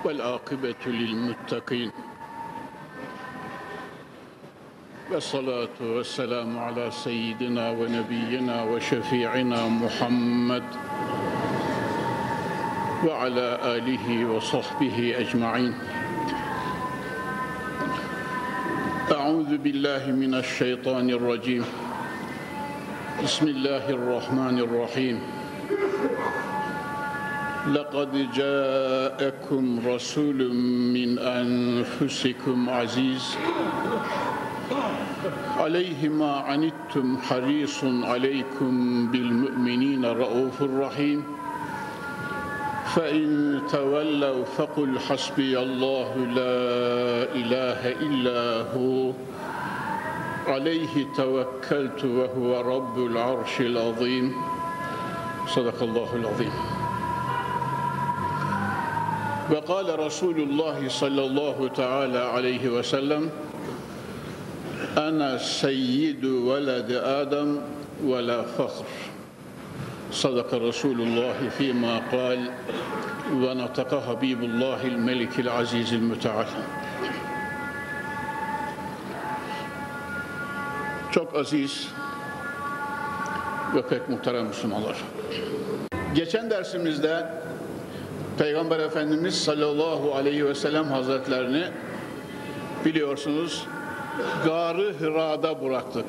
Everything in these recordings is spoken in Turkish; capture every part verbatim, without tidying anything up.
والعاقبة للمتقين والصلاة والسلام على سيدنا ونبينا وشفيعنا محمد وعلى آله وصحبه أجمعين. أعوذ بالله من الشيطان الرجيم. بسم الله الرحمن الرحيم. لقد جاءكم رسول من أنفسكم عزيز عليه ما عنتم حريص عليكم بالمؤمنين رؤوف رحيم فإن تولوا فقل حسبي الله لا إله إلا هو عليه توكلت وهو رب العرش العظيم. صدق الله العظيم. وقال رسول الله صلى الله تعالى عليه وسلم أنا سيد ولد آدم ولا فخر. صدق رسول الله فيما قال ونطق حبيب الله الملك العزيز المتعال. Çok aziz ve pek muhterem Müslümanlar. Geçen dersimizde Peygamber Efendimiz sallallahu aleyhi ve sellem hazretlerini biliyorsunuz Gâr-ı Hira'da bıraktık.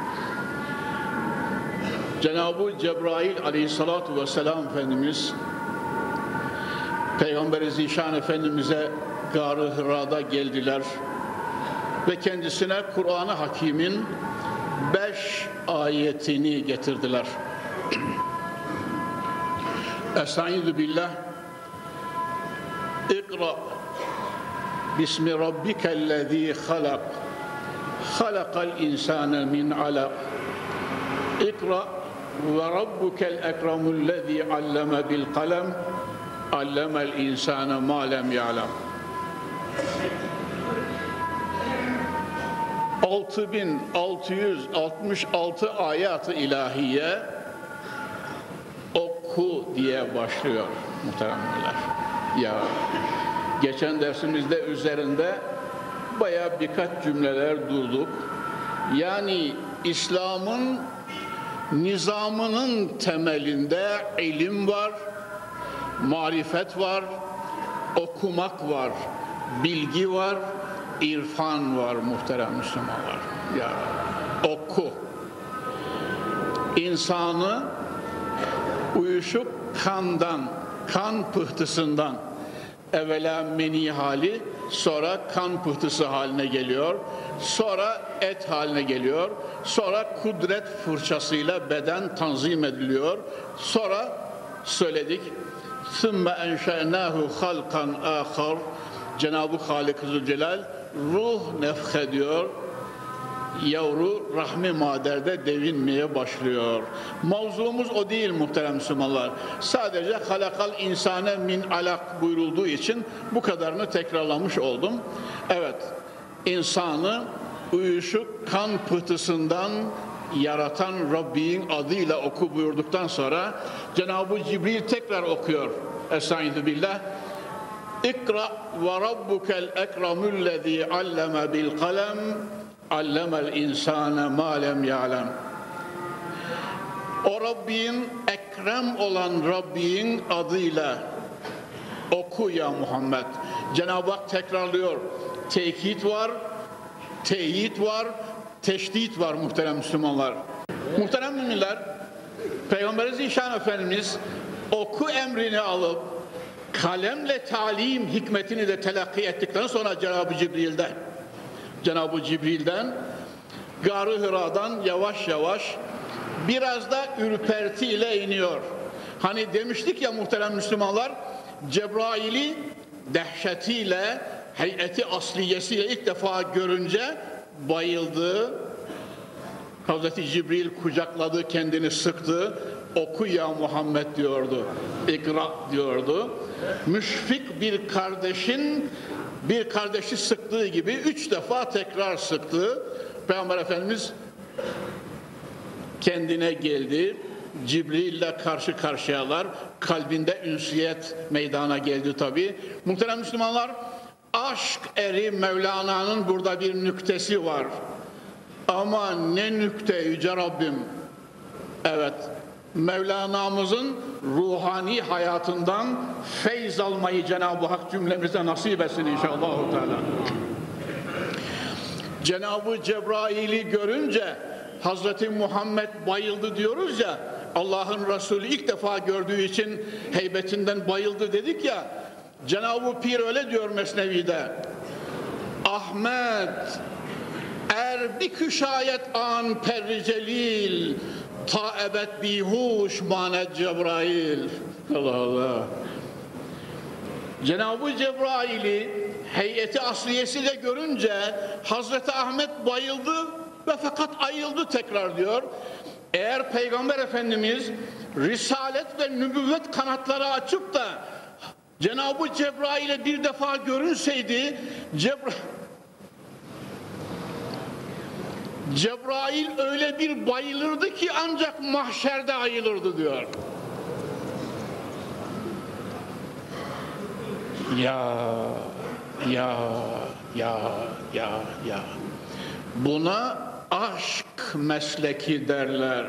Cenab-ı Cebrail aleyhissalatu vesselam Efendimiz Peygamber-i Zişan Efendimiz'e Gâr-ı Hira'da geldiler ve kendisine Kur'an-ı Hakîm'in beş ayetini getirdiler. Estaizu billah. İkra bismi rabbikellezî halak halakal insâne min alak İkra ve rabbukel ekremullezî alleme bil kalem allemel insâne mâ lem ya'lem. altı bin altı yüz altmış altı ayat-ı ilahiye oku diye başlıyor muhteremler. Ya geçen dersimizde üzerinde bayağı birkaç cümleler durduk. Yani İslam'ın nizamının temelinde ilim var, marifet var, okumak var, bilgi var, irfan var muhterem Müslümanlar. Ya oku. İnsanı uyuşuk kandan, kan pıhtısından evvela meni hali, sonra kan pıhtısı haline geliyor, sonra et haline geliyor, sonra kudret fırçasıyla beden tanzim ediliyor, sonra söyledik ثُمَّ اَنْشَأْنَاهُ خَلْقًا آخَرٍ. Cenab-ı Halik-i Zülcelal ruh nefhediyor, yavru rahmi maderde devinmeye başlıyor. Mavzumuz o değil muhterem Müslümanlar. Sadece halakal insane min alak buyurulduğu için bu kadarını tekrarlamış oldum. Evet, insanı uyuşuk kan pıhtısından yaratan Rabbin adıyla oku buyurduktan sonra Cenab-ı Cibril tekrar okuyor. Estaizu billah. İkra ve rabbukel ekremullezî alleme bil kalem allemel insâne mâ lem ya'lem. O Rabbin, ekrem olan Rabbin adıyla oku ya Muhammed. Cenab-ı Hak tekrarlıyor. Tekit var, teyit var, teşdit var muhterem Müslümanlar. Muhterem müminler, Peygamber-i Zişan Efendimiz oku emrini alıp kalemle talim hikmetini de telakki ettikten sonra Cenab-ı Cibril'den Cenab-ı Cibril'den Gâr-ı Hira'dan yavaş yavaş biraz da ürpertiyle iniyor. Hani demiştik ya muhterem Müslümanlar, Cebrail'i dehşetiyle, heyeti asliyesiyle ilk defa görünce bayıldı. Hazreti Cibril kucakladı, kendini sıktı. Oku ya Muhammed diyordu. İkra diyordu. Müşfik bir kardeşin bir kardeşi sıktığı gibi üç defa tekrar sıktı. Peygamber Efendimiz kendine geldi Cibril'le karşı karşıyalar. Kalbinde ünsiyet meydana geldi tabi. Muhterem Müslümanlar, aşk eri Mevlana'nın burada bir nüktesi var. Ama ne nükte Yüce Rabbim. Evet, Mevlana'mızın ruhani hayatından feyz almayı Cenab-ı Hak cümlemize nasip etsin inşallah. Cenab-ı Cebrail'i görünce Hazreti Muhammed bayıldı diyoruz ya, Allah'ın Resulü ilk defa gördüğü için heybetinden bayıldı dedik ya, Cenab-ı Pir öyle diyor Mesnevi'de: Ahmet er bir küşayet an perri celil, ta ebed bihuş manet Cebrail. Allah Allah. Cenab-ı Cebrail'i heyeti asliyesiyle görünce Hazreti Ahmet bayıldı ve fakat ayıldı tekrar diyor. Eğer Peygamber Efendimiz risalet ve nübüvvet kanatları açıp da Cenab-ı Cebrail'e bir defa görünseydi, Cebra Cebrail öyle bir bayılırdı ki ancak mahşerde ayılırdı diyor. Ya, ya, ya, ya, ya. Buna aşk mesleki derler.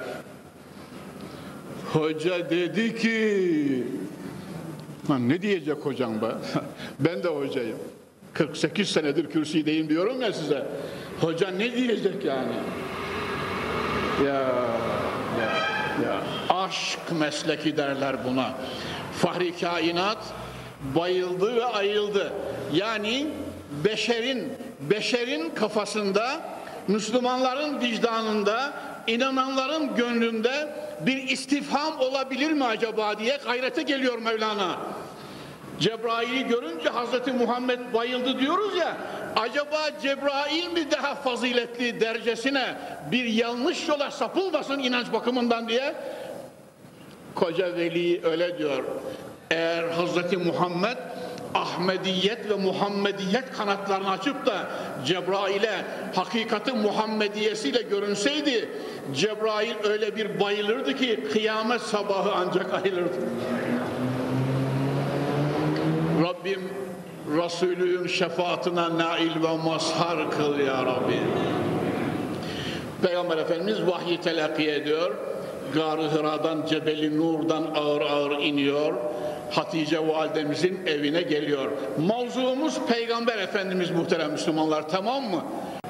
Hoca dedi ki, lan ne diyecek hocam be? Ben de hocayım. kırk sekiz senedir kürsüdeyim diyorum ya size. Hoca ne diyecek yani? Ya, ya, ya. Aşk mesleki derler buna. Fahri kainat bayıldı ve ayıldı. Yani beşerin, beşerin kafasında, Müslümanların vicdanında, inananların gönlünde bir istifham olabilir mi acaba diye gayrete geliyor Mevlana. Cebrail'i görünce Hazreti Muhammed bayıldı diyoruz ya, acaba Cebrail mi daha faziletli derecesine bir yanlış yola sapılmasın inanç bakımından diye koca veli öyle diyor. Eğer Hazreti Muhammed Ahmediyet ve Muhammediyet kanatlarını açıp da Cebrail'e hakikati Muhammediyesiyle görünseydi, Cebrail öyle bir bayılırdı ki kıyamet sabahı ancak ayılırdı. Rabbim Resulü'nün şefaatine nail ve mazhar kıl ya Rabbi. Peygamber Efendimiz vahyi telakki ediyor. Gâr-ı Hira'dan, Cebel-i Nur'dan ağır ağır iniyor. Hatice validemizin evine geliyor. Mavzuumuz Peygamber Efendimiz muhterem Müslümanlar, tamam mı?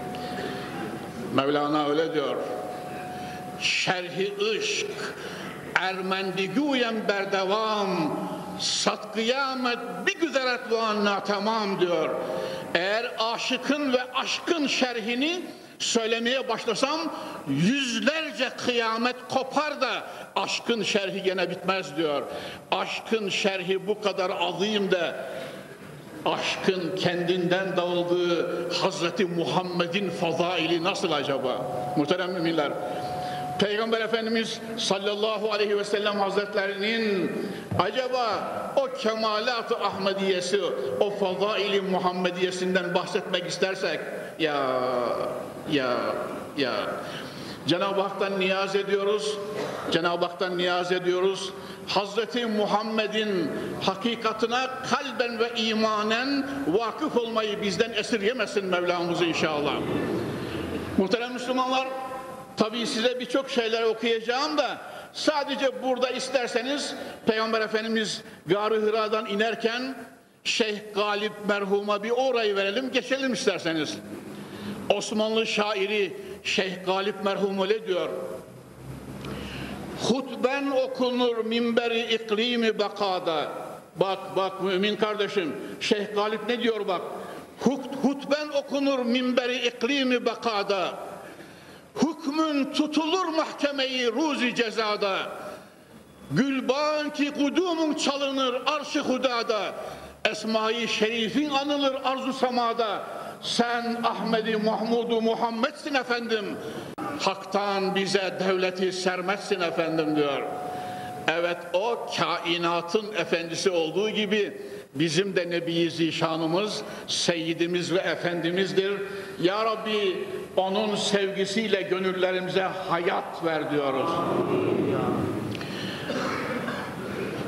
Mevlana öyle diyor. Şerhi ışk ermendigüyen berdevam sat kıyamet bir güzeret ve anna tamam diyor. Eğer aşıkın ve aşkın şerhini söylemeye başlasam yüzlerce kıyamet kopar da aşkın şerhi gene bitmez diyor. Aşkın şerhi bu kadar azim de aşkın kendinden dağıldığı Hazreti Muhammed'in fazaili nasıl acaba? Muhterem müminler, Peygamber Efendimiz sallallahu aleyhi ve sellem Hazretlerinin acaba o kemalat-ı Ahmediyesi, o fazaili Muhammediyesinden bahsetmek istersek, ya ya ya Cenab-ı Hak'tan niyaz ediyoruz, Cenab-ı Hak'tan niyaz ediyoruz. Hazreti Muhammed'in hakikatına kalben ve imanen vakıf olmayı bizden esirgemesin Mevlamız inşallah. Muhterem Müslümanlar, tabii size birçok şeyler okuyacağım da sadece burada isterseniz Peygamber Efendimiz Gâr-ı Hira'dan inerken Şeyh Galip merhuma bir orayı verelim, geçelim isterseniz. Osmanlı şairi Şeyh Galip merhum öyle diyor. Hutben okunur minberi iklimi bakada. Bak bak mümin kardeşim, Şeyh Galip ne diyor bak. Hut, hutben okunur minberi iklimi bakada. Hükmün tutulur mahkemeyi ruzi cezada. Gülban ki kudumun çalınır arş-ı hudada. Esma-i şerifin anılır arzu semada. Sen Ahmedi Mahmudu Muhammed'sin efendim. Hak'tan bize devleti sermezsin efendim diyor. Evet, o kainatın efendisi olduğu gibi bizim de Nebi-i Zişanımız, Seyyidimiz ve Efendimizdir. Ya Rabbi onun sevgisiyle gönüllerimize hayat ver diyoruz.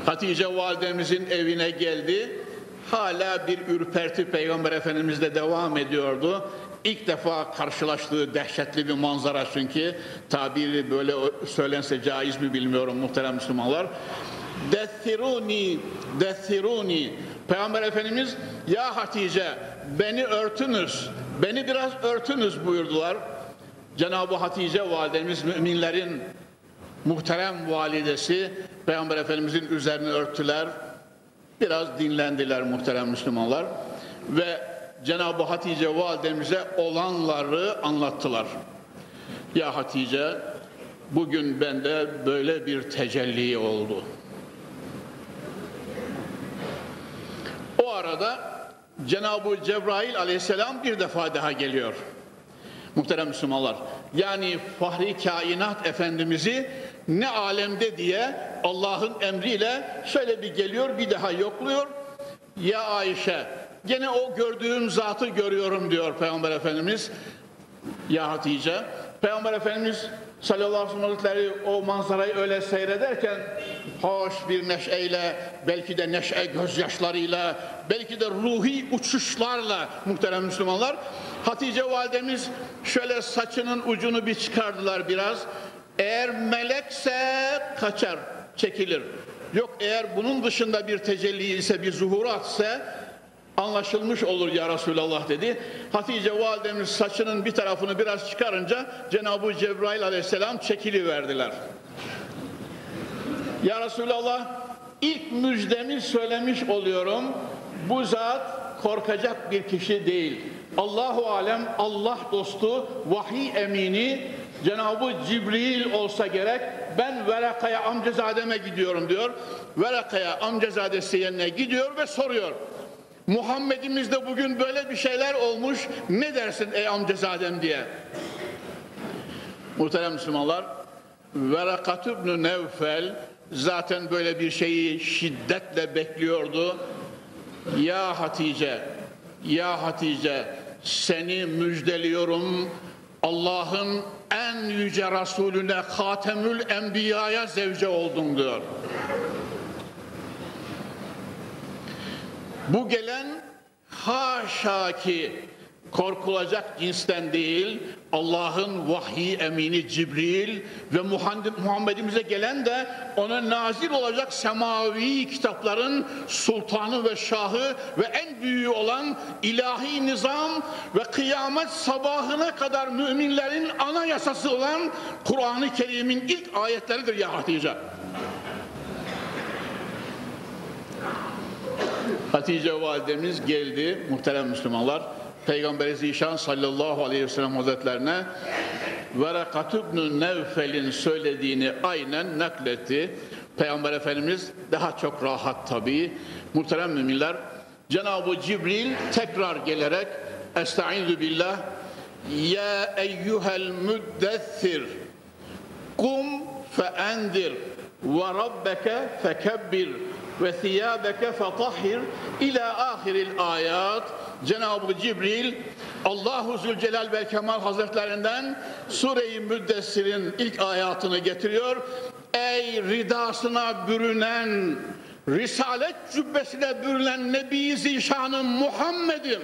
Hatice validemizin evine geldi. Hala bir ürperti Peygamber Efendimiz'de devam ediyordu. İlk defa karşılaştığı dehşetli bir manzara, çünkü tabiri böyle söylense caiz mi bilmiyorum muhterem Müslümanlar. Dethiruni, dethiruni. Peygamber Efendimiz, ya Hatice beni örtünüz, beni biraz örtünüz buyurdular. Cenab-ı Hatice validemiz, müminlerin muhterem validesi, Peygamber Efendimizin üzerini örttüler. Biraz dinlendiler muhterem Müslümanlar ve Cenab-ı Hatice validemize olanları anlattılar. Ya Hatice, bugün bende böyle bir tecelli oldu. O arada Cenab-ı Cebrail aleyhisselam bir defa daha geliyor. Muhterem Müslümanlar, yani Fahri Kainat Efendimiz'i ne alemde diye Allah'ın emriyle şöyle bir geliyor, bir daha yokluyor. Ya Ayşe, gene o gördüğüm zatı görüyorum diyor Peygamber Efendimiz. Ya Hatice, Peygamber Efendimiz sallallahu aleyhi ve sellem o manzarayı öyle seyrederken hoş bir neşeyle, belki de neşe gözyaşlarıyla, belki de ruhi uçuşlarla muhterem Müslümanlar, Hatice validemiz şöyle saçının ucunu bir çıkardılar biraz. Eğer melekse kaçar, çekilir. Yok, eğer bunun dışında bir tecelli ise, bir zuhuratse anlaşılmış olur ya Resulallah dedi. Hatice validemiz saçının bir tarafını biraz çıkarınca Cenab-ı Cebrail aleyhisselam çekiliverdiler. Ya Resulallah, ilk müjdemi söylemiş oluyorum. Bu zat korkacak bir kişi değil. Allahu alem, Allah dostu, vahiy emini Cenab-ı Cibril olsa gerek. Ben Veraka'ya amcazademe gidiyorum diyor. Veraka'ya amcazadesi yerine gidiyor ve soruyor. Muhammed'imizde bugün böyle bir şeyler olmuş, ne dersin ey amcazadem diye. Muhterem Müslümanlar, Verakat ibn Nevfel zaten böyle bir şeyi şiddetle bekliyordu. Ya Hatice, ya Hatice, seni müjdeliyorum, Allah'ın en yüce Resulüne, Hatemül Enbiya'ya zevce oldun diyor. Bu gelen haşa ki korkulacak cinsten değil, Allah'ın vahiy emini Cibril ve Muhammed'imize gelen de ona nazil olacak semavi kitapların sultanı ve şahı ve en büyüğü olan ilahi nizam ve kıyamet sabahına kadar müminlerin anayasası olan Kur'an-ı Kerim'in ilk ayetleridir ya Hatice. Hatice validemiz geldi muhterem Müslümanlar. Peygamber-i Zişan sallallahu aleyhi ve sellem hazretlerine Verakat ibn Nevfel'in söylediğini aynen nakletti. Peygamber Efendimiz daha çok rahat tabii. Muhterem müminler, Cenab-ı Cibril tekrar gelerek Estaizu billah, ya eyyuhel müddessir kum fe endir ve rabbeke fekebbir ve thiyâbeke fetahhir ila ahiril ayat. Cenab-ı Cibril Allahu Zülcelal ve Kemal Hazretlerinden Sure-i Müddessir'in ilk ayatını getiriyor. Ey ridasına bürünen, risalet cübbesine bürünen Nebi-i Zişan'ın Muhammed'im,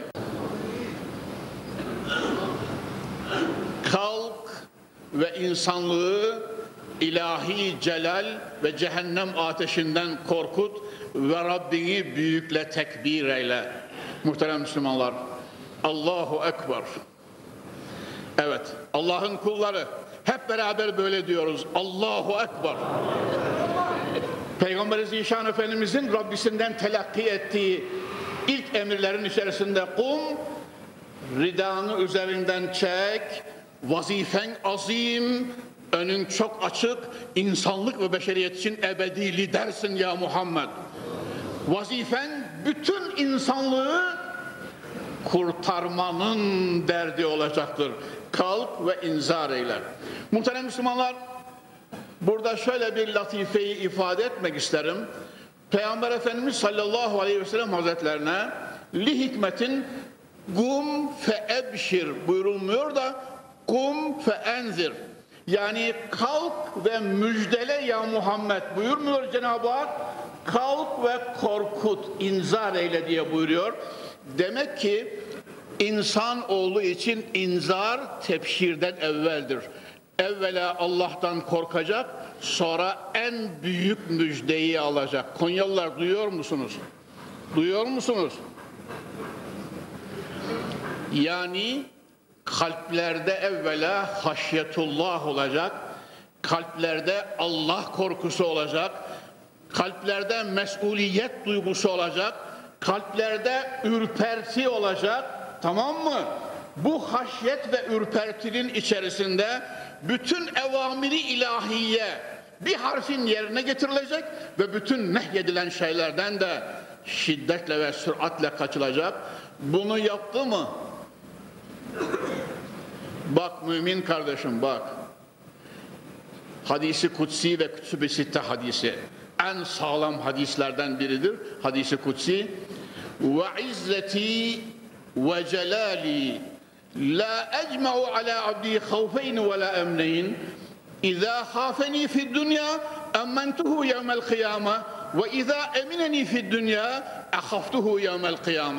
kalk ve insanlığı ilahi celal ve cehennem ateşinden korkut ve Rabbini büyükle tekbir eyle. Muhterem Müslümanlar, Allahu Ekber. Evet, Allah'ın kulları hep beraber böyle diyoruz. Allahu Ekber. Peygamber-i Zişan Efendimizin Rabbisinden telakki ettiği ilk emirlerin içerisinde kum, ridanı üzerinden çek, vazifen azim, önün çok açık, insanlık ve beşeriyet için ebedi lidersin ya Muhammed. Vazifen bütün insanlığı kurtarmanın derdi olacaktır. Kalk ve inzar eyler. Muhterem Müslümanlar, burada şöyle bir latifeyi ifade etmek isterim. Peygamber Efendimiz sallallahu aleyhi ve sellem hazretlerine li hikmetin kum fe ebşir buyurulmuyor da kum fe enzir. Yani kalk ve müjdele ya Muhammed buyurmuyor Cenab-ı Hak. kalk ve korkut, inzar eyle diye buyuruyor. Demek ki insan oğlu için inzar tebşirden evveldir. Evvela Allah'tan korkacak, sonra en büyük müjdeyi alacak. Konyalılar duyuyor musunuz? Duyuyor musunuz? Yani kalplerde evvela haşyetullah olacak, kalplerde Allah korkusu olacak, kalplerde mesuliyet duygusu olacak, kalplerde ürperti olacak, tamam mı? Bu haşyet ve ürpertinin içerisinde bütün evamiri ilahiye bir harfin yerine getirilecek ve bütün nehyedilen şeylerden de şiddetle ve süratle kaçılacak. Bunu yaptı mı? Bak mümin kardeşim bak. Hadisi kutsi ve kütüb-i sitte hadisi en sağlam hadislerden biridir. Hadisi kutsi ve izzeti ve celali la ecma'u ala abdi havfeyn ve la emneyn İza khafeni fid dünya emmentuhu yevmel kıyame ve izâ emineni fid dünya ehaftuhu yevmel kıyame.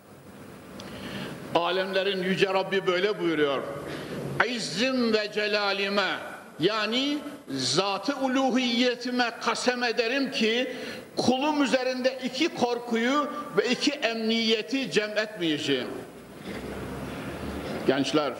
Alemlerin yüce Rabbi böyle buyuruyor. İzzim ve celalime, yani zat-ı uluhiyetime kasem ederim ki kulum üzerinde iki korkuyu ve iki emniyeti cem etmeyeceğim. Gençler,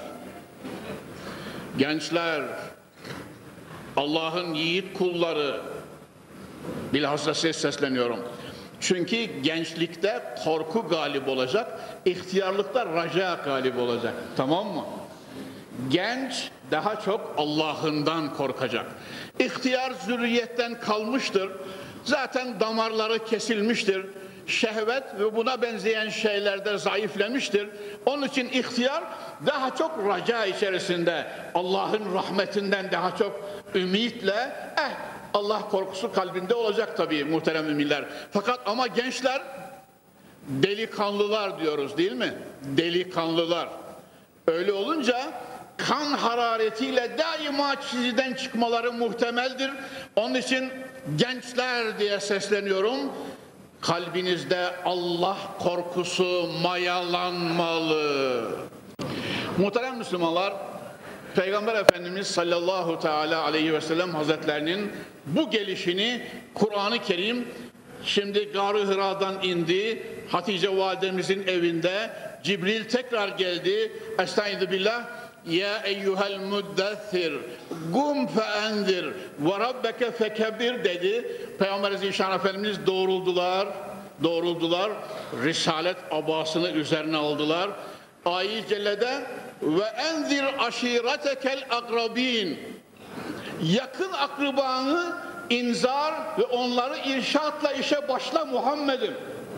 gençler, Allah'ın yiğit kulları, bilhassa size sesleniyorum. Çünkü gençlikte korku galip olacak, ihtiyarlıkta raca galip olacak. Tamam mı? Genç daha çok Allah'ından korkacak. İhtiyar zürriyetten kalmıştır. Zaten damarları kesilmiştir. Şehvet ve buna benzeyen şeylerde zayıflemiştir. Onun için ihtiyar daha çok raca içerisinde, Allah'ın rahmetinden daha çok ümitle, eh Allah korkusu kalbinde olacak tabii muhterem müminler. Fakat ama gençler, delikanlılar diyoruz değil mi? Delikanlılar. Öyle olunca kan hararetiyle daima çizgiden çıkmaları muhtemeldir. Onun için gençler diye sesleniyorum. Kalbinizde Allah korkusu mayalanmalı. Muhterem Müslümanlar, Peygamber Efendimiz sallallahu teala aleyhi ve sellem Hazretlerinin bu gelişini Kur'an-ı Kerim şimdi Gâr-ı Hıra'dan indi, Hatice validemizin evinde Cibril tekrar geldi. Estaizu billah. Ya eyyuhel muddessir gum fe enzir ve rabbeke fekebbir dedi. Peygamber Zişan Efendimiz doğruldular, doğruldular. Risalet abasını üzerine aldılar. Ayet-i Celle'de ve enzir aşiretekel akrabin, yakın akrabanı inzar ve onları irşatla işe başla Muhammed'im.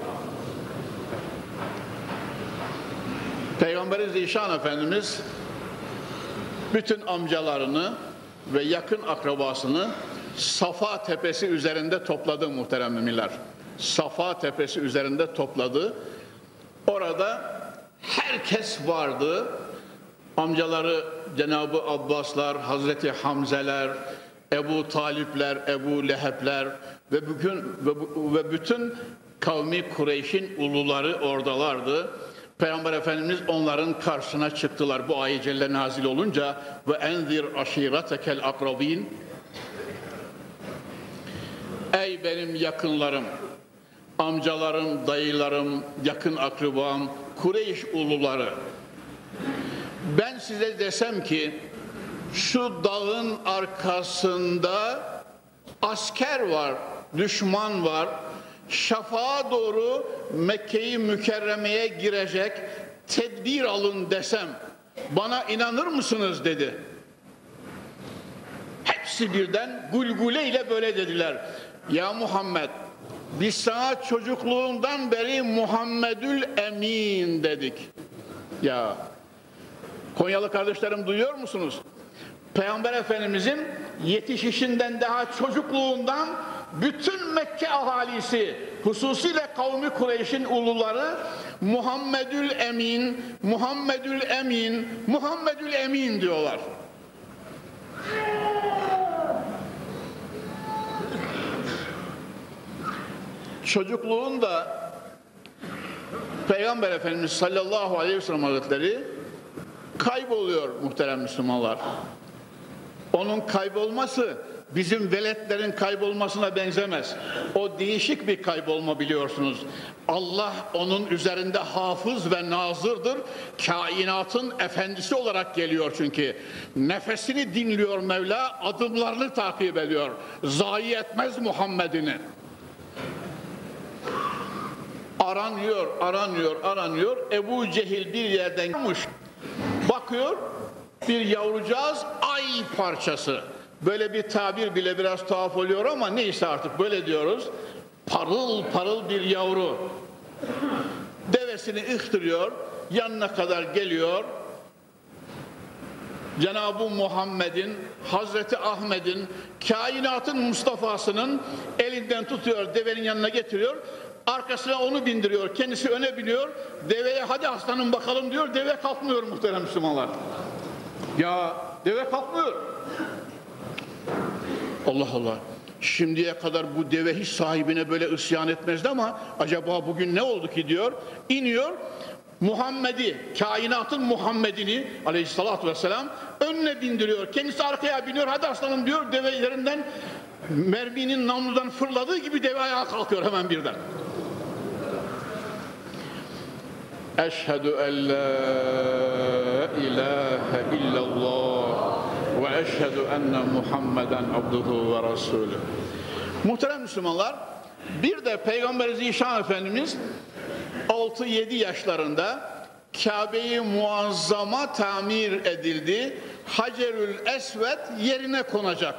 Peygamber Zişan Efendimiz bütün amcalarını ve yakın akrabasını Safa Tepesi üzerinde topladı muhterem müminler. Safa Tepesi üzerinde topladı. Orada herkes vardı. Amcaları Cenab-ı Abbaslar, Hazreti Hamzeler, Ebu Talipler, Ebu Lehebler ve bugün ve, ve bütün kavmi Kureyş'in uluları oradalardı. Peygamber Efendimiz onların karşısına çıktılar bu ayet-i celle nazil olunca ve enzir aşiretekel akrabin. Ey benim yakınlarım, amcalarım, dayılarım, yakın akrabam, Kureyş uluları, ben size desem ki şu dağın arkasında asker var, düşman var, şafağa doğru Mekke-i Mükerreme'ye girecek, tedbir alın desem bana inanır mısınız dedi. Hepsi birden gulgule ile böyle dediler. Ya Muhammed, biz sana çocukluğundan beri Muhammedül Emin dedik. Ya Konyalı kardeşlerim duyuyor musunuz? Peygamber Efendimizin yetişişinden daha çocukluğundan bütün Mekke ahalisi, hususiyle kavmi Kureyş'in uluları Muhammedül Emin, Muhammedül Emin, Muhammedül Emin diyorlar. Çocukluğunda Peygamber Efendimiz sallallahu aleyhi ve sellem Hazretleri kayboluyor muhterem Müslümanlar. Onun kaybolması bizim veletlerin kaybolmasına benzemez. O değişik bir kaybolma biliyorsunuz. Allah onun üzerinde hafız ve nazırdır. Kainatın efendisi olarak geliyor çünkü. Nefesini dinliyor Mevla, adımlarını takip ediyor. Zayi etmez Muhammed'ini. Aranıyor, aranıyor, aranıyor. Ebu Cehil bir yerden gelmiş. Bakıyor, bir yavrucağız ay parçası. Böyle bir tabir bile biraz tuhaf oluyor ama neyse artık böyle diyoruz. Parıl parıl bir yavru. Devesini ıhtırıyor, yanına kadar geliyor. Cenab-ı Muhammed'in, Hazreti Ahmet'in, kainatın Mustafa'sının elinden tutuyor, devenin yanına getiriyor. Arkasına onu bindiriyor, kendisi öne biniyor. Deveye hadi aslanım bakalım diyor, deve kalkmıyor muhterem Müslümanlar. Ya deve kalkmıyor. Allah Allah. Şimdiye kadar bu deve hiç sahibine böyle isyan etmezdi ama acaba bugün ne oldu ki diyor. İniyor. Muhammed'i, kainatın Muhammed'ini aleyhissalatü vesselam önüne bindiriyor. Kendisi arkaya biniyor. Hadi aslanım diyor. Develerinden merminin namludan fırladığı gibi deve ayağa kalkıyor hemen birden. Eşhedü en la ilahe illallah ve eşhedü enne Muhammeden abduhu ve rasulü. Muhterem Müslümanlar, bir de Peygamber Zişan Efendimiz altı yedi yaşlarında Kabe-i Muazzama tamir edildi. Hacerül Esved yerine konacak.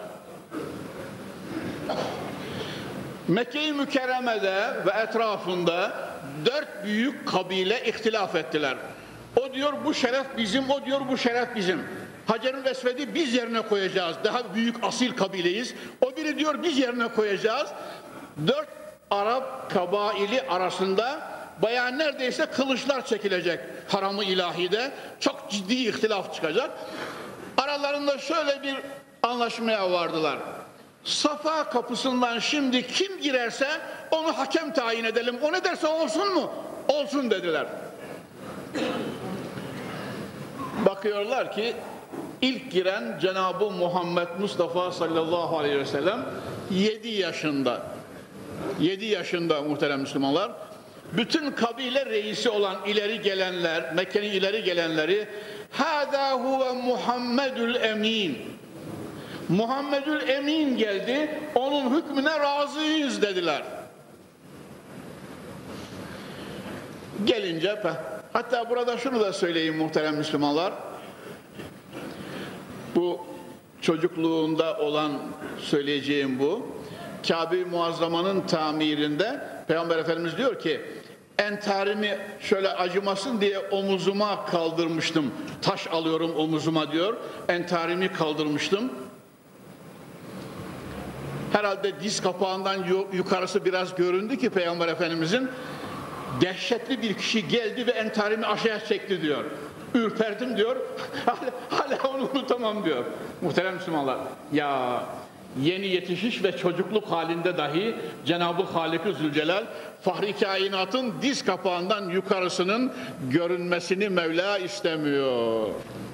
Mekke-i Mükerreme'de ve etrafında dört büyük kabile ihtilaf ettiler. O diyor bu şeref bizim, o diyor bu şeref bizim. Hacerül Esved'i biz yerine koyacağız. Daha büyük asil kabileyiz. O biri diyor biz yerine koyacağız. Dört Arap kabaili arasında bayağı neredeyse kılıçlar çekilecek haram-ı ilahide. Çok ciddi ihtilaf çıkacak. Aralarında şöyle bir anlaşmaya vardılar. Safa kapısından şimdi kim girerse onu hakem tayin edelim. O ne derse olsun mu? Olsun dediler. Bakıyorlar ki ilk giren Cenab-ı Muhammed Mustafa sallallahu aleyhi ve sellem yedi yaşında. yedi yaşında muhterem Müslümanlar. Bütün kabile reisi olan ileri gelenler, Mekke'nin ileri gelenleri hâzâ huve Muhammedül Emin. Muhammedül Emin geldi, onun hükmüne razıyız dediler. Gelince, hatta burada şunu da söyleyeyim muhterem Müslümanlar. Bu çocukluğunda olan söyleyeceğim bu. Kabe-i Muazzama'nın tamirinde Peygamber Efendimiz diyor ki entarimi şöyle acımasın diye omuzuma kaldırmıştım. Taş alıyorum omuzuma diyor. Entarimi kaldırmıştım. Herhalde diz kapağından yukarısı biraz göründü ki Peygamber Efendimizin dehşetli bir kişi geldi ve entarimi aşağıya çekti diyor. Ürperdim diyor. Hala, hala onu unutamam diyor. Muhterem Müslümanlar. Ya yeni yetişiş ve çocukluk halinde dahi Cenab-ı Halik-i Zülcelal Fahri Kainat'ın diz kapağından yukarısının görünmesini Mevla istemiyor.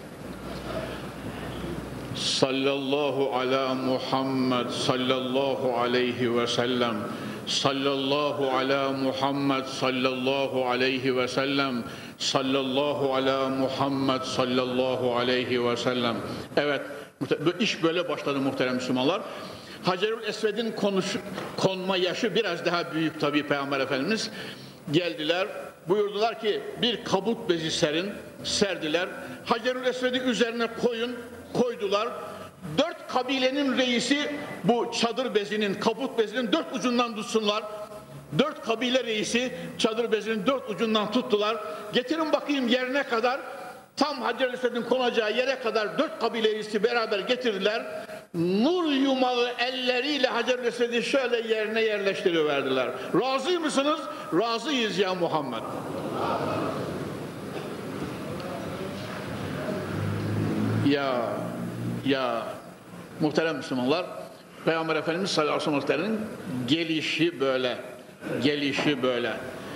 Sallallahu ala Muhammed sallallahu aleyhi ve sellem. Sallallahu ala Muhammed sallallahu aleyhi ve sellem. Sallallahu ala Muhammed sallallahu aleyhi ve sellem. Evet, iş böyle başladı muhterem Müslümanlar. Hacerül Esved'in konma yaşı biraz daha büyük tabii Peygamber Efendimiz. Geldiler, buyurdular ki bir kabut bezi serin, serdiler. Hacerül Esved'i üzerine koyun, koydular. Dört kabilenin reisi bu çadır bezinin, kabut bezinin dört ucundan tutsunlar. Dört kabile reisi çadır bezinin dört ucundan tuttular. Getirin bakayım yerine kadar. Tam Hacer-i Esved'in konacağı yere kadar dört kabile reisi beraber getirdiler. Nur yumalı elleriyle Hacer-i Esved'i şöyle yerine yerleştiriverdiler. Razı mısınız? Razıyız ya Muhammed. Ya ya muhterem Müslümanlar, Peygamber Efendimiz sallallahu aleyhi ve sellem'in gelişi böyle. gelişi böyle.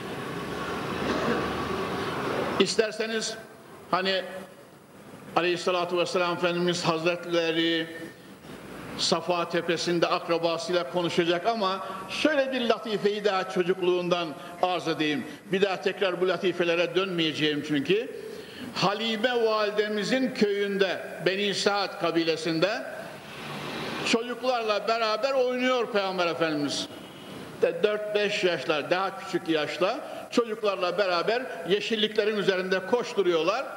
İsterseniz hani Aleyhisselatü Vesselam Efendimiz Hazretleri Safa Tepesi'nde akrabasıyla konuşacak ama şöyle bir latifeyi daha çocukluğundan arz edeyim. Bir daha tekrar bu latifelere dönmeyeceğim çünkü. Halime validemizin köyünde, Beni Saad kabilesinde çocuklarla beraber oynuyor Peygamber Efendimiz. dört beş yaşlar, daha küçük yaşta çocuklarla beraber yeşilliklerin üzerinde koşturuyorlar.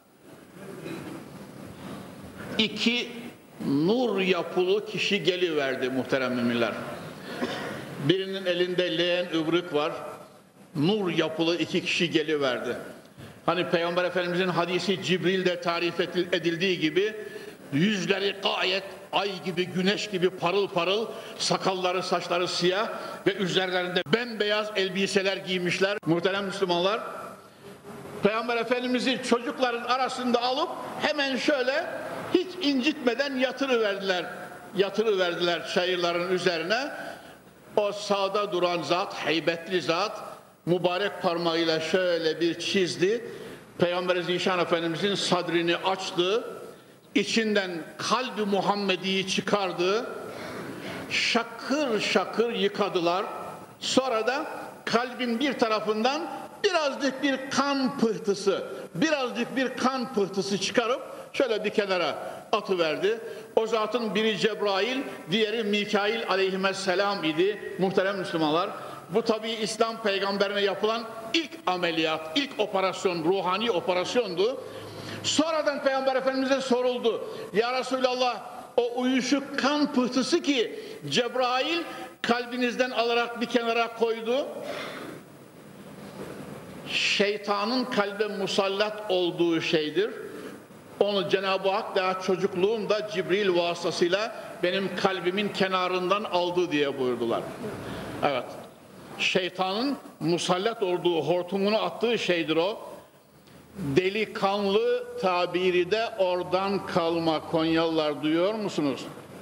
İki nur yapılı kişi geliverdi muhterem müminler. Birinin elinde leğen ıbrık var. Nur yapılı iki kişi geliverdi. Hani Peygamber Efendimizin hadisi Cibril'de tarif edildiği gibi yüzleri gayet ay gibi, güneş gibi parıl parıl, sakalları, saçları siyah ve üzerlerinde bembeyaz elbiseler giymişler. Muhterem Müslümanlar, Peygamber Efendimiz'i çocukların arasında alıp hemen şöyle hiç incitmeden yatırıverdiler. Yatırıverdiler çayırların üzerine. O sağda duran zat, heybetli zat, mübarek parmağıyla şöyle bir çizdi. Peygamber Zişan Efendimizin sadrini açtı. İçinden kalbi Muhammedi'yi çıkardı. Şakır şakır yıkadılar. Sonra da kalbin bir tarafından birazcık bir kan pıhtısı, birazcık bir kan pıhtısı çıkarıp şöyle bir kenara atıverdi. O zatın biri Cebrail, diğeri Mikail aleyhisselam idi muhterem Müslümanlar. Bu tabi İslam peygamberine yapılan ilk ameliyat, ilk operasyon, ruhani operasyondu. Sonradan Peygamber Efendimiz'e soruldu. Ya Resulallah, o uyuşuk kan pıhtısı ki Cebrail kalbinizden alarak bir kenara koydu, şeytanın kalbe musallat olduğu şeydir. Onu Cenab-ı Hak daha çocukluğumda Cibril vasıtasıyla benim kalbimin kenarından aldı diye buyurdular. Evet. Şeytanın musallat olduğu, hortumunu attığı şeydir o. Delikanlı tabiri de oradan kalma. Konyalılar duyuyor musunuz?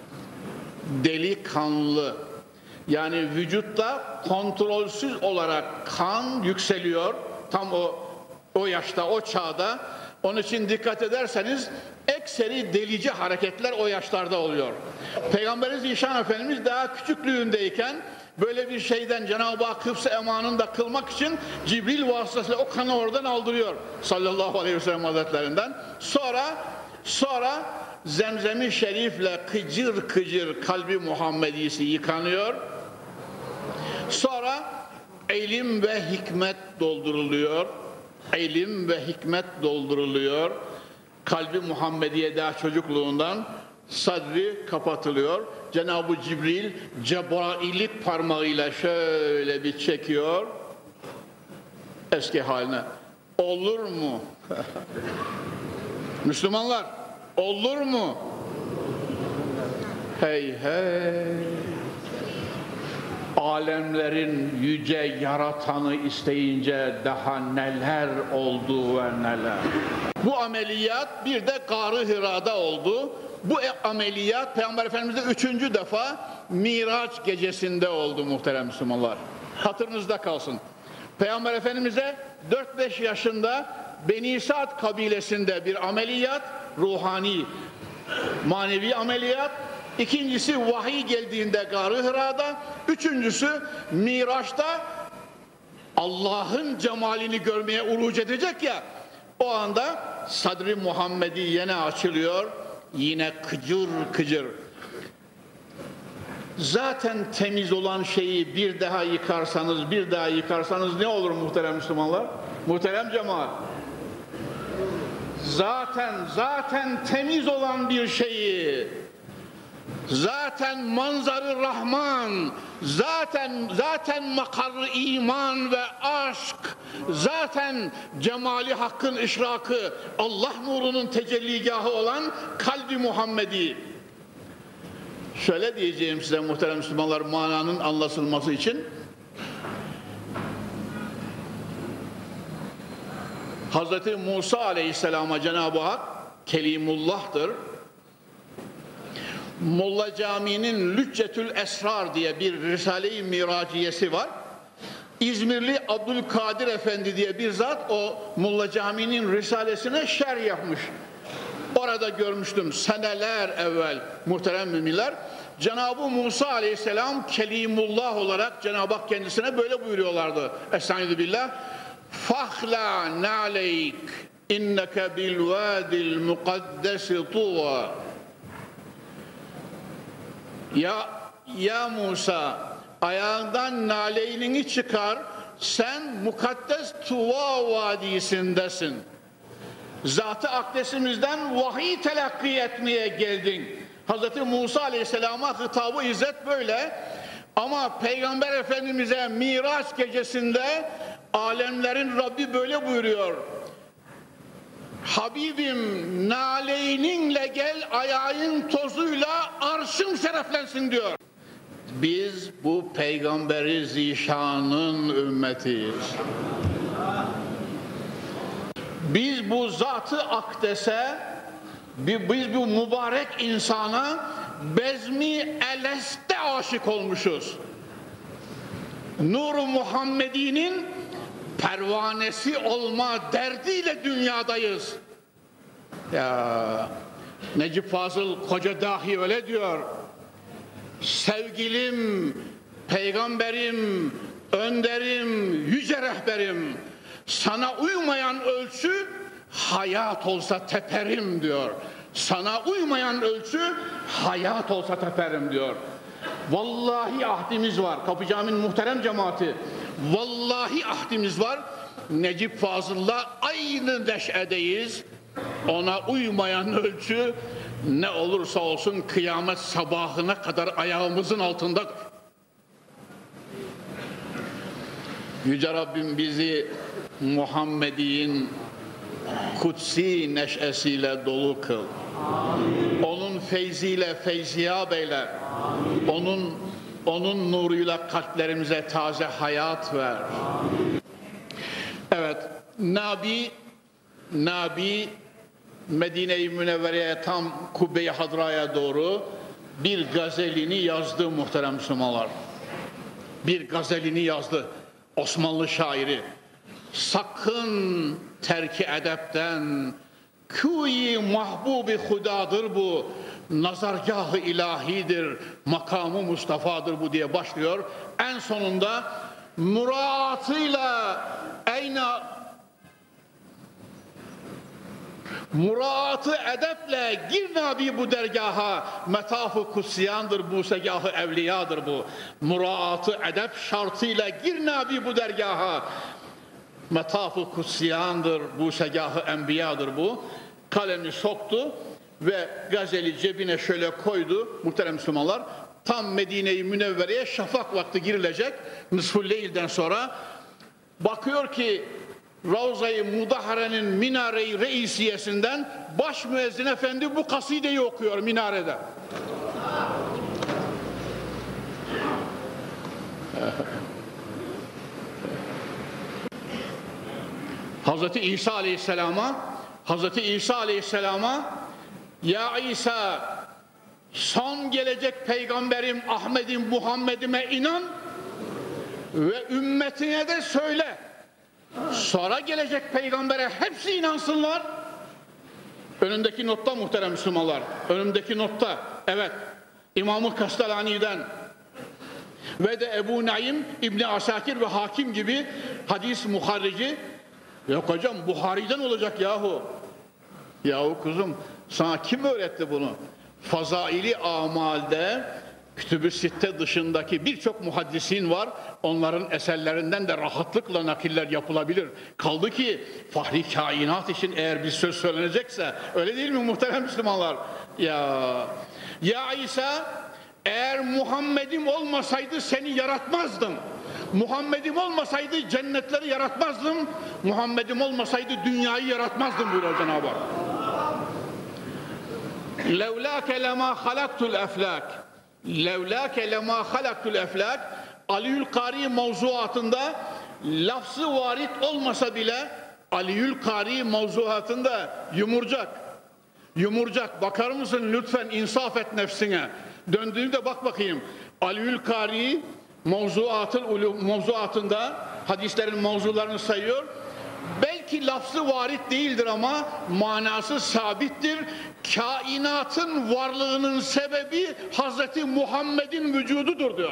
Delikanlı. Yani vücutta kontrolsüz olarak kan yükseliyor. Tam o o yaşta, o çağda. Onun için dikkat ederseniz ekseri delici hareketler o yaşlarda oluyor. Peygamberimiz Zişan Efendimiz daha küçüklüğündeyken böyle bir şeyden Cenab-ı Hak hıfz-ı emanını da kılmak için Cibril vasıtasıyla o kanı oradan aldırıyor sallallahu aleyhi ve sellem hazretlerinden. Sonra sonra Zemzem-i Şerif'le kıcır kıcır kalbi Muhammedisi yıkanıyor. Sonra ilim ve hikmet dolduruluyor. İlim ve hikmet dolduruluyor. Kalbi Muhammediye daha çocukluğundan sadri kapatılıyor. Cenab-ı Cibril Cebrail'lik parmağıyla şöyle bir çekiyor eski haline. Olur mu? Müslümanlar, olur mu? Hey hey! Alemlerin yüce yaratanı isteyince daha neler oldu ve neler. Bu ameliyat bir de Gâr-ı Hira'da oldu. Bu ameliyat Peygamber Efendimiz'de üçüncü defa Miraç gecesinde oldu muhterem Müslümanlar. Hatırınızda kalsın. Peygamber Efendimiz'e dört beş yaşında Beni Saad kabilesinde bir ameliyat, ruhani, manevi ameliyat. İkincisi vahiy geldiğinde Gâr-ı Hira'da, üçüncüsü Miraç'ta Allah'ın cemalini görmeye uruç edecek ya, o anda sadri Muhammedi yine açılıyor, yine kıcır kıcır. Zaten temiz olan şeyi bir daha yıkarsanız, bir daha yıkarsanız ne olur muhterem Müslümanlar? Muhterem cemaat. Zaten, zaten temiz olan bir şeyi, zaten manzarı Rahman, zaten zaten makarı iman ve aşk, zaten cemali hakkın işrakı, Allah nurunun tecelligahı olan kalbi Muhammedi. Şöyle diyeceğim size muhterem Müslümanlar, mananın anlaşılması için. Hazreti Musa Aleyhisselam'a Cenab-ı Hak Kelimullah'tır. Molla Camii'nin Lüccetül Esrar diye bir Risale-i Miraciyesi var. İzmirli Abdülkadir Efendi diye bir zat o Molla Camii'nin risalesine şerh yapmış. Orada görmüştüm seneler evvel muhterem müminler. Cenab-ı Musa aleyhisselam Kelimullah olarak Cenab-ı Hak kendisine böyle buyuruyorlardı. Estaizu billah. Fahla na'leyk inneke bil vadil mukaddesi tuva. Ya, ya Musa, ayağından naleynini çıkar, sen mukaddes Tuva vadisindesin. Zat-ı akdesimizden vahiy telakki etmeye geldin. Hazreti Musa aleyhisselama hitabı izzet böyle. Ama Peygamber Efendimiz'e Miraç gecesinde alemlerin Rabbi böyle buyuruyor. Habibim naleyninle gel, ayağın tozuyla arşın şereflensin diyor. Biz bu Peygamberi Zişan'ın ümmetiyiz. Biz bu Zat-ı Akdes'e, biz bu mübarek insana bezmi eleste aşık olmuşuz. Nur-u Muhammedi'nin pervanesi olma derdiyle dünyadayız. Ya Necip Fazıl Koca Dahi öyle diyor. Sevgilim, peygamberim, önderim, yüce rehberim, sana uymayan ölçü hayat olsa teperim diyor. Sana uymayan ölçü hayat olsa teperim diyor. Vallahi ahdimiz var. Kapı Camii'nin muhterem cemaati. Vallahi ahdimiz var. Necip Fazıl'la aynı neşedeyiz. Ona uymayan ölçü ne olursa olsun kıyamet sabahına kadar ayağımızın altında. Yüce Rabbim bizi Muhammed'in kutsi neşesiyle dolu kıl. Amin. Onun feyziyle feyziyab eyle. Amin. Onun onun nuruyla kalplerimize taze hayat ver. Amin. Evet, Nabi Nabi Medine-i Münevvere'ye tam Kubbe-i Hadra'ya doğru bir gazelini yazdı muhterem Müslümanlar. Bir gazelini yazdı Osmanlı şairi. Sakın terki edepten, kûyi mahbubi hudadır bu, nazargâh-ı ilahidir, makamı Mustafa'dır bu diye başlıyor. En sonunda muraatıyla eyna Muratı edeple gir Nabi bu dergaha, metaf-ı kutsiyandır bu, segah-ı evliyadır bu. Muratı edep şartıyla gir Nabi bu dergaha, metaf-ı kutsiyandır bu, segah-ı enbiyadır bu. Kalemi soktu ve gazeli cebine şöyle koydu muhterem Müslümanlar. Tam Medine-i Münevvere'ye şafak vakti girilecek, Nısf-ı Leyl'den sonra bakıyor ki Ravza-i Mudahare'nin minare-i reisiyesinden baş müezzin efendi bu kasideyi okuyor minarede. Hazreti İsa Aleyhisselam'a Hazreti İsa Aleyhisselam'a ya İsa, son gelecek peygamberim Ahmet'im Muhammed'ime inan ve ümmetine de söyle. Sonra gelecek peygambere hepsi inansınlar. Önündeki notta muhterem Müslümanlar. Önümdeki notta. Evet. İmam-ı Kastalani'den ve de Ebu Naim, İbni Asakir ve Hakim gibi hadis muharrici. Yok hocam Buhari'den olacak yahu. Yahu kuzum sana kim öğretti bunu? Fazaili amalde Kütüb-ü Sitte dışındaki birçok muhaddisin var. Onların eserlerinden de rahatlıkla nakiller yapılabilir. Kaldı ki fahri kainat için eğer bir söz söylenecekse, öyle değil mi muhterem Müslümanlar? Ya ya İsa, eğer Muhammed'im olmasaydı seni yaratmazdım. Muhammed'im olmasaydı cennetleri yaratmazdım. Muhammed'im olmasaydı dünyayı yaratmazdım buyuruyor Cenab-ı Hak. Levlâke lemâ halaktul eflâk. Levlâke lemâ halaktul eflâk. Aliül Kari mevzuatında lafzı varit olmasa bile Aliül Kari mevzuatında yumurcak. Yumurcak. Bakar mısın lütfen, insaf et nefsine. Döndüğünde bak bakayım. Aliül Kari mevzuatın mevzuatında hadislerin mevzularını sayıyor. Belki lafzı varit değildir ama manası sabittir. Kainatın varlığının sebebi Hazreti Muhammed'in vücududur diyor.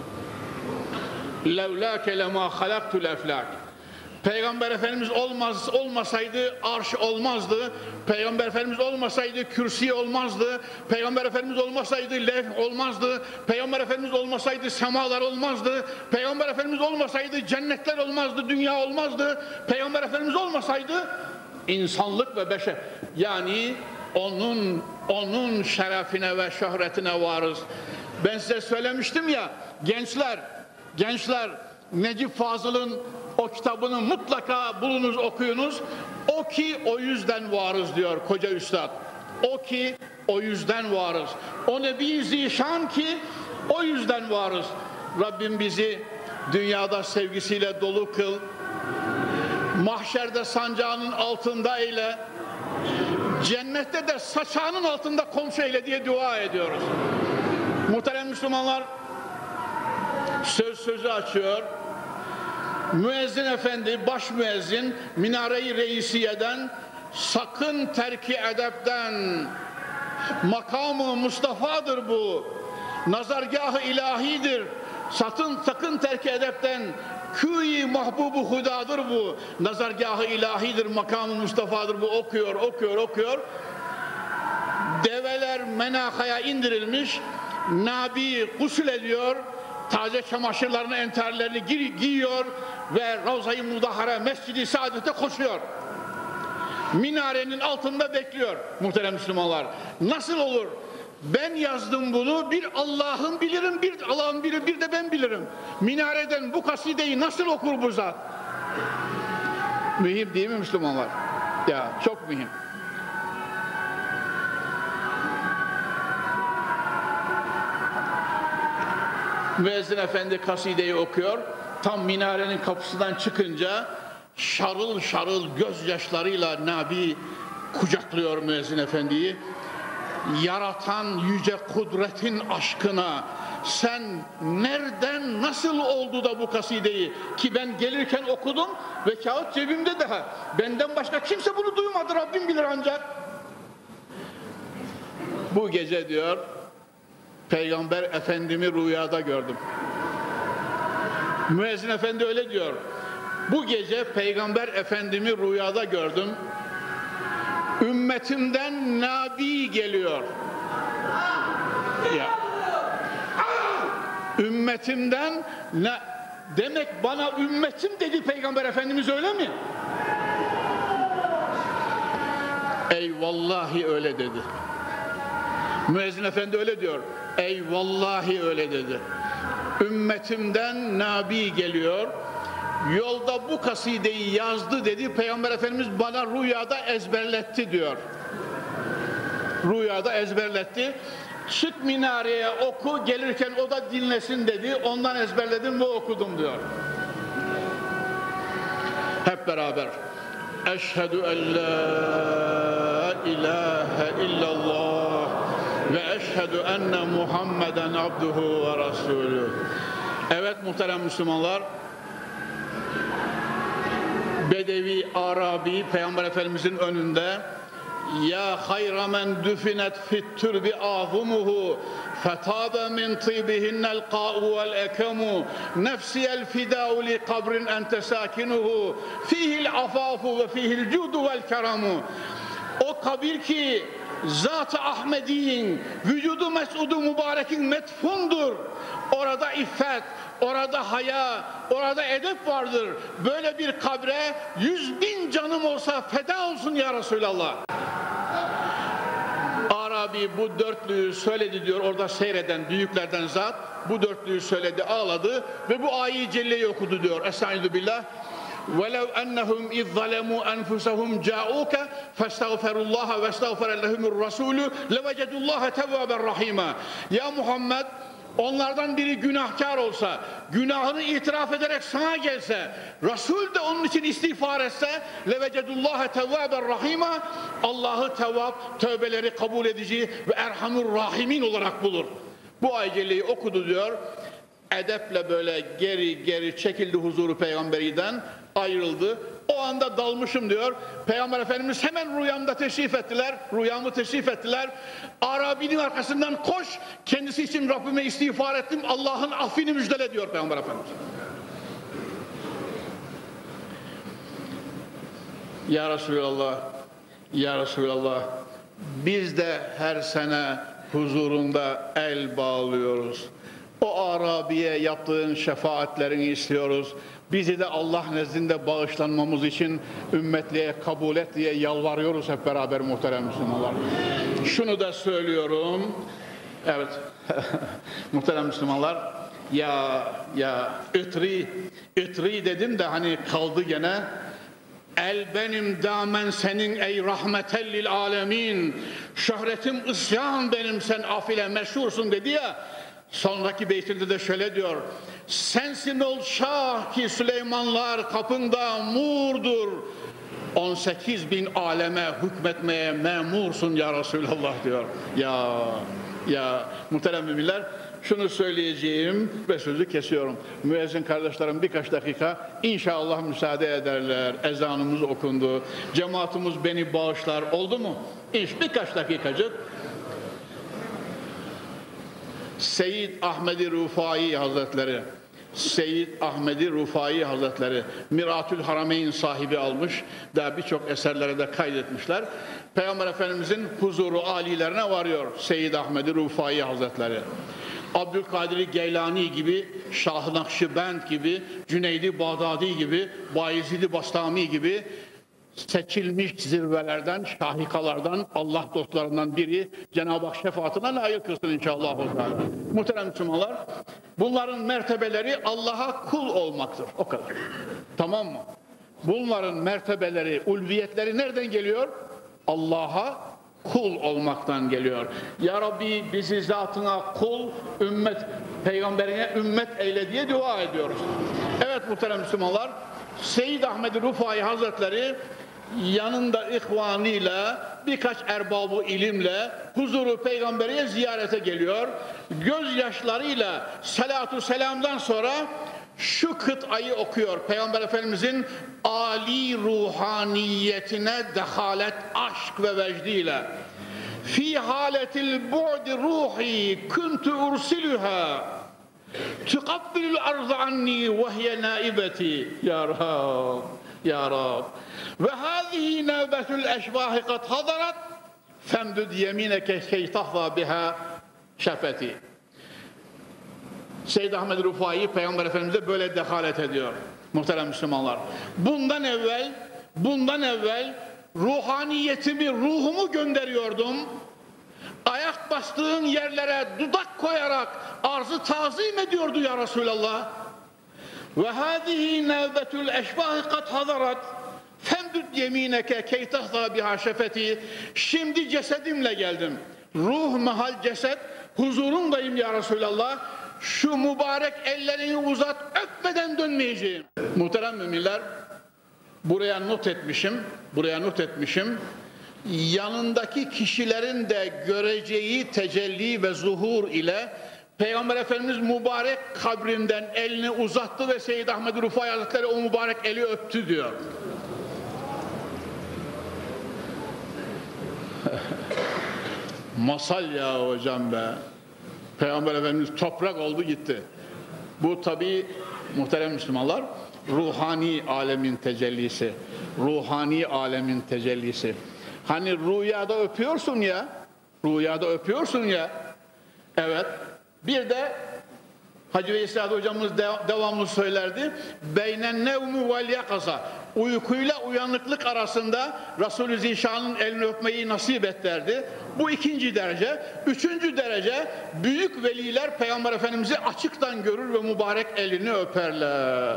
Levlâke lemâ halaktul eflâk. Peygamber Efendimiz olmaz, olmasaydı arş olmazdı. Peygamber Efendimiz olmasaydı kürsi olmazdı. Peygamber Efendimiz olmasaydı levh olmazdı. Peygamber Efendimiz olmasaydı semalar olmazdı. Peygamber Efendimiz olmasaydı cennetler olmazdı, dünya olmazdı. Peygamber Efendimiz olmasaydı insanlık ve beşer. Yani onun onun şerefine ve şöhretine varız. Ben size söylemiştim ya, gençler, gençler Necip Fazıl'ın o kitabını mutlaka bulunuz, okuyunuz. O ki o yüzden varız diyor koca üstad. O ki o yüzden varız. O Nebi Zişan ki o yüzden varız. Rabbim bizi dünyada sevgisiyle dolu kıl. Mahşerde sancağının altında eyle. Cennette de saçağının altında komşu eyle diye dua ediyoruz. Muhterem Müslümanlar, söz sözü açıyor. Müezzin efendi, baş müezzin, minare-i reisiyeden, sakın terki edepten, makamı Mustafa'dır bu, nazargah-ı ilahidir, sakın, sakın terki edepten, kûyi mahbubu hudadır bu, nazargah-ı ilahidir, makamı Mustafa'dır bu, okuyor, okuyor, okuyor. Develer menakaya indirilmiş, Nabi gusül ediyor, taze çamaşırlarını, enterlerini gi giyiyor ve Ravza-i Mudahhara, Mescid-i Saadet'e koşuyor. Minarenin altında bekliyor muhterem Müslümanlar. Nasıl olur? Ben yazdım bunu, bir Allah'ın bilirim, bir Allah'ın bilir, bir de ben bilirim. Minareden bu kasideyi nasıl okur bu zat? Mühim değil mi Müslümanlar? Ya çok mühim. Müezzin efendi kasideyi okuyor. Tam minarenin kapısından çıkınca şarıl şarıl gözyaşlarıyla Nabi kucaklıyor müezzin efendiyi. Yaratan yüce kudretin aşkına sen nereden, nasıl oldu da bu kasideyi, ki ben gelirken okudum ve kağıt cebimde daha, benden başka kimse bunu duymadı, Rabbim bilir ancak. Bu gece diyor, Peygamber Efendimi rüyada gördüm. Müezzin efendi öyle diyor. Bu gece Peygamber Efendimi rüyada gördüm. Ümmetimden Nabi geliyor. Ya. Ümmetimden ne demek, bana ümmetim dedi Peygamber Efendimiz, öyle mi? Ey vallahi öyle dedi. Müezzin efendi öyle diyor. Ey vallahi öyle dedi. Ümmetimden Nabi geliyor. Yolda bu kasideyi yazdı dedi. Peygamber Efendimiz bana rüyada ezberletti diyor. Rüyada ezberletti. Çık minareye oku, gelirken o da dinlesin dedi. Ondan ezberledim ve okudum diyor. Hep beraber. Eşhedü en la ilahe illallah ve eşhedü enne Muhammeden abduhu ve rasulü. Evet muhterem Müslümanlar, Bedevi, Arabi Peygamber Efendimizin önünde ya hayra men düfinet fit türbi ahumuhu fetabe min tibihinnel qa'u vel ekemu nefsiyel fidâu li kabrin ente sakinuhu fihil afafu ve fihil cudu vel keramu. O kabir ki Zat-ı Ahmedi'nin vücudu mes'udu mübarekin metfundur. Orada iffet, orada haya, orada edep vardır. Böyle bir kabre yüz bin canım olsa feda olsun ya Resulallah. Arabi bu dörtlüyü söyledi diyor, orada seyreden büyüklerden zat bu dörtlüyü söyledi, ağladı ve bu ayet-i celleyi okudu diyor. Estaizu billah. وَلَوْ أَنَّهُمْ اِذْ ظَلَمُوا أَنْفُسَهُمْ جَاءُوكَ فَاسْتَغْفَرُوا اللّٰهَ وَاسْتَغْفَرَ لَهُمُ الرَّسُولُ لَوَجَدُوا اللّٰهَ تَوَّابًا رَحِيمًا. Ya Muhammed, onlardan biri günahkar olsa, günahını itiraf ederek sana gelse, Resul de onun için istiğfar etse, لَوَجَدُوا tevvâben rahîmâ, Allah'ı tevvab, tövbeleri kabul edici ve erhamur rahimin olarak bulur. Bu ayet-i celleyi okudu diyor. edeple böyle geri geri çekildi huzuru Peygamberi'den, ayrıldı. O anda dalmışım diyor. Peygamber Efendimiz hemen rüyamda teşrif ettiler. Rüyamı teşrif ettiler. Arabinin arkasından koş. Kendisi için Rabbime istiğfar ettim. Allah'ın affini müjdele diyor Peygamber Efendimiz. Ya Resulallah, Ya Resulallah, biz de her sene huzurunda el bağlıyoruz. O Arabiye yaptığın şefaatlerini istiyoruz. Bizi de Allah nezdinde bağışlanmamız için ümmetliğe kabul et diye yalvarıyoruz hep beraber muhterem Müslümanlar. Şunu da söylüyorum. Evet, muhterem Müslümanlar. Ya, ya, ütri, ütri dedim de hani kaldı gene. El benim damen senin ey rahmetellil alemin. Şöhretim isyan benim sen afile meşhursun dedi ya. Sonraki beytinde de şöyle diyor. Sensin ol şah ki Süleymanlar kapında murdur. on sekiz bin aleme hükmetmeye memursun ya Resulallah diyor. Ya, ya muhterem müminler, şunu söyleyeceğim ve sözü kesiyorum. Müezzin kardeşlerim birkaç dakika inşallah müsaade ederler. Ezanımız okundu. Cemaatimiz beni bağışlar. Oldu mu? İş birkaç dakikacık. Seyyid Ahmed-i Rufai Hazretleri, Seyyid Ahmed-i Rufai Hazretleri Miratül Harameyn sahibi almış, daha birçok eserlere de kaydetmişler. Peygamber Efendimizin huzuru alilerine varıyor Seyyid Ahmed-i Rufai Hazretleri. Abdülkadir Geylani gibi, Şah-ı Nakşibend gibi, Cüneydi Bağdadi gibi, Bayezid-i Bastami gibi seçilmiş zirvelerden, şahikalardan, Allah dostlarından biri Cenab-ı Hak şefaatine layık kılsın inşallah. Muhterem Müslümanlar, bunların mertebeleri Allah'a kul olmaktır. O kadar. Tamam mı? Bunların mertebeleri, ulviyetleri nereden geliyor? Allah'a kul olmaktan geliyor. Ya Rabbi bizi zatına kul, ümmet, peygamberine ümmet eyle diye dua ediyoruz. Evet muhterem Müslümanlar, Seyyid Ahmed Rufai Hazretleri yanında ihvanıyla birkaç erbabı ilimle huzuru peygamberiye ziyarete geliyor. Gözyaşlarıyla salatu selamdan sonra şu kıtayı okuyor. Peygamber Efendimizin âli ruhaniyetine dehalet, aşk ve vecdiyle. Fi haletil bu'di ruhi kuntu ursiluha tukabbilul arz anni ve hiye naibeti. Ya Rab, Ya Rab. Ve hâzihi nâbetul eşbâhi kad hadarat femdud yemineke key tahva biha şefeti. Seyyid Ahmed Rufai Peygamber Efendimiz'e böyle dehalet ediyor muhterem Müslümanlar. Bundan evvel, bundan evvel ruhaniyetimi, ruhumu gönderiyordum. Ayak bastığın yerlere dudak koyarak arzı tazim ediyordu ya Resulallah. Ve hâzihi nâbetul eşbâhi kad hadarat femdud yemineke key tahza biha şefeti. Şimdi cesedimle geldim. Ruh mahal ceset huzurundayım ya Resulallah. Şu mübarek ellerini uzat, öpmeden dönmeyeceğim. Muhterem müminler, buraya not etmişim, buraya not etmişim. Yanındaki kişilerin de göreceği tecelli ve zuhur ile Peygamber Efendimiz mübarek kabrinden elini uzattı ve Seyyid Ahmed Rufai Hazretleri o mübarek eli öptü diyor. Masal ya hocam be. Peygamber Efendimiz toprak oldu gitti. Bu tabi muhterem Müslümanlar ruhani alemin tecellisi. Ruhani alemin tecellisi. Hani rüyada öpüyorsun ya, rüyada öpüyorsun ya. Evet. Bir de Hacı Veysel hocamız de, devamlı söylerdi. Beynen nevmu vel yakaza. Uykuyla uyanıklık arasında Resulü Zişan'ın elini öpmeyi nasip et derdi. Bu ikinci derece. Üçüncü derece büyük veliler Peygamber Efendimiz'i açıktan görür ve mübarek elini öperler.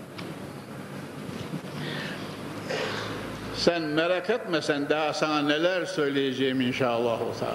Sen merak etmesen daha sana neler söyleyeceğim inşallah.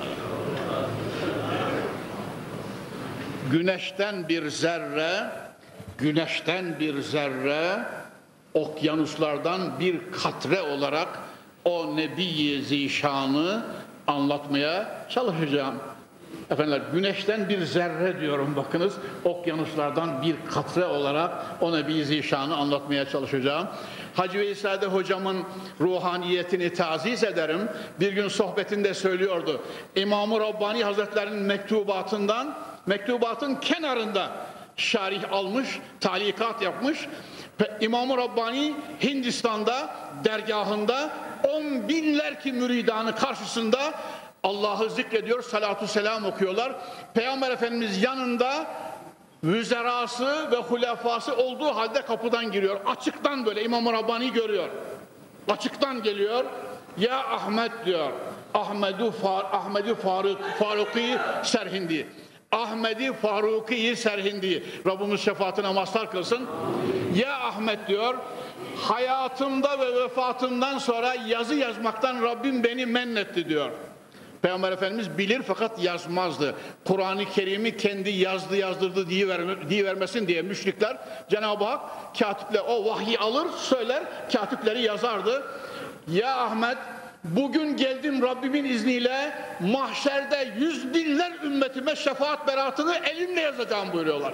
Güneşten bir zerre, güneşten bir zerre, okyanuslardan bir katre olarak o Nebi-i Zişan'ı anlatmaya çalışacağım. Efendiler, güneşten bir zerre diyorum bakınız, okyanuslardan bir katre olarak o Nebi Zişan'ı anlatmaya çalışacağım. Hacı Veysade hocamın ruhaniyetini taziz ederim. Bir gün sohbetinde söylüyordu. İmam-ı Rabbani Hazretleri'nin mektubatından, mektubatın kenarında şarih almış, talikat yapmış. İmam-ı Rabbani Hindistan'da, dergahında on binler ki müridanı karşısında Allah'ı zikrediyor, salatu selam okuyorlar. Peygamber Efendimiz yanında vüzerası ve hulefası olduğu halde kapıdan giriyor. Açıktan böyle İmam-ı Rabbani görüyor. Açıktan geliyor. Ya Ahmet diyor. Ahmedu Far Ahmedi Faruk Faruki Serhindi. Ahmedi Faruki Serhindi. Rabbimiz şefaatine mazhar kılsın. Ya Ahmet diyor. Hayatımda ve vefatımdan sonra yazı yazmaktan Rabbim beni mennetti diyor. Peygamber Efendimiz bilir fakat yazmazdı. Kur'an-ı Kerim'i kendi yazdı yazdırdı diye, verme, diye vermesin diye müşrikler, Cenab-ı Hak katiple o vahyi alır söyler, katipleri yazardı. Ya Ahmet, bugün geldim Rabbimin izniyle, mahşerde yüz binler ümmetime şefaat beratını elimle yazacağım buyuruyorlar.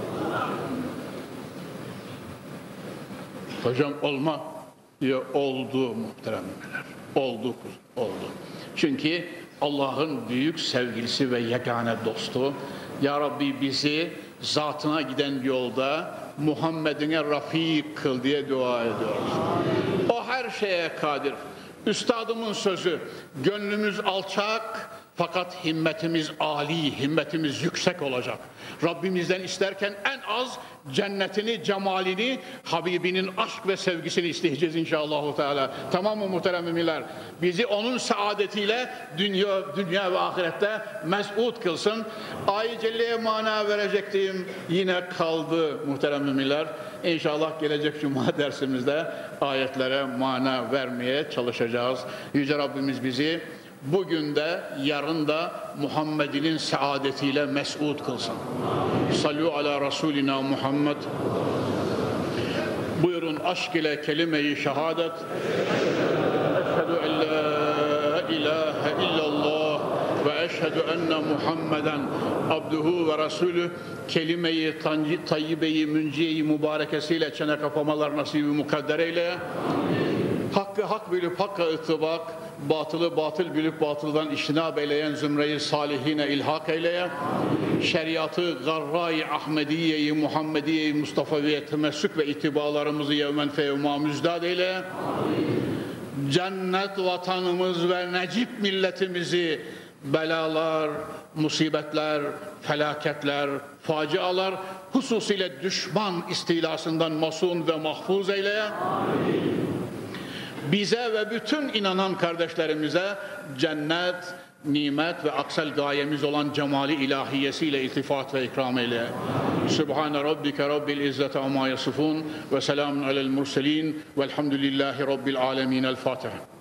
Hocam olma diyor, oldu muhteremler, oldu oldu. Çünkü Allah'ın büyük sevgilisi ve yegane dostu. Ya Rabbi bizi zatına giden yolda Muhammed'ine rafik kıl diye dua ediyoruz. O her şeye kadir. Üstadımın sözü, gönlümüz alçak fakat himmetimiz âli, himmetimiz yüksek olacak. Rabbimizden isterken en az cennetini, cemalini, Habibinin aşk ve sevgisini isteyeceğiz inşallah Teala. Tamam mı muhterem müminler? Bizi onun saadetiyle dünya, dünya ve ahirette mes'ud kılsın. Ay-ı Celle'ye mana verecektim, yine kaldı muhterem müminler. İnşallah gelecek Cuma dersimizde ayetlere mana vermeye çalışacağız. Yüce Rabbimiz bizi bugün de yarın da Muhammed'in saadetiyle mes'ud kılsın. Sallu ala Resulina Muhammed. Buyurun aşk ile kelime-i şehadet. Eşhedü en la ilahe illallah ve eşhedü enne Muhammeden abduhu ve resulü. Kelime-i tayyibe-i münciye-i mübarekesiyle çene kapamalar nasibi mukadder eyle. Hakkı hak bilip hakka ıttıbak, batılı batıl bilip batıldan iştinab eyleyen zümreyi salihine ilhak eyleye, şeriatı garra-i Ahmediye-i Muhammediye-i Mustafa'ya temessük ve itibalarımızı yevmen feyevma müzdad eyleye, cennet vatanımız ve necip milletimizi belalar, musibetler, felaketler, facialar, hususiyle düşman istilasından masun ve mahfuz eyleye. Bize ve bütün inanan kardeşlerimize cennet, nimet ve aksel gayemiz olan cemali ilahiyesiyle iltifat ve ikram eyle. Sübhane Rabbike Rabbil İzzete amma yasifun ve selamun alel murselin velhamdülillahi Rabbil alemin. El Fatiha.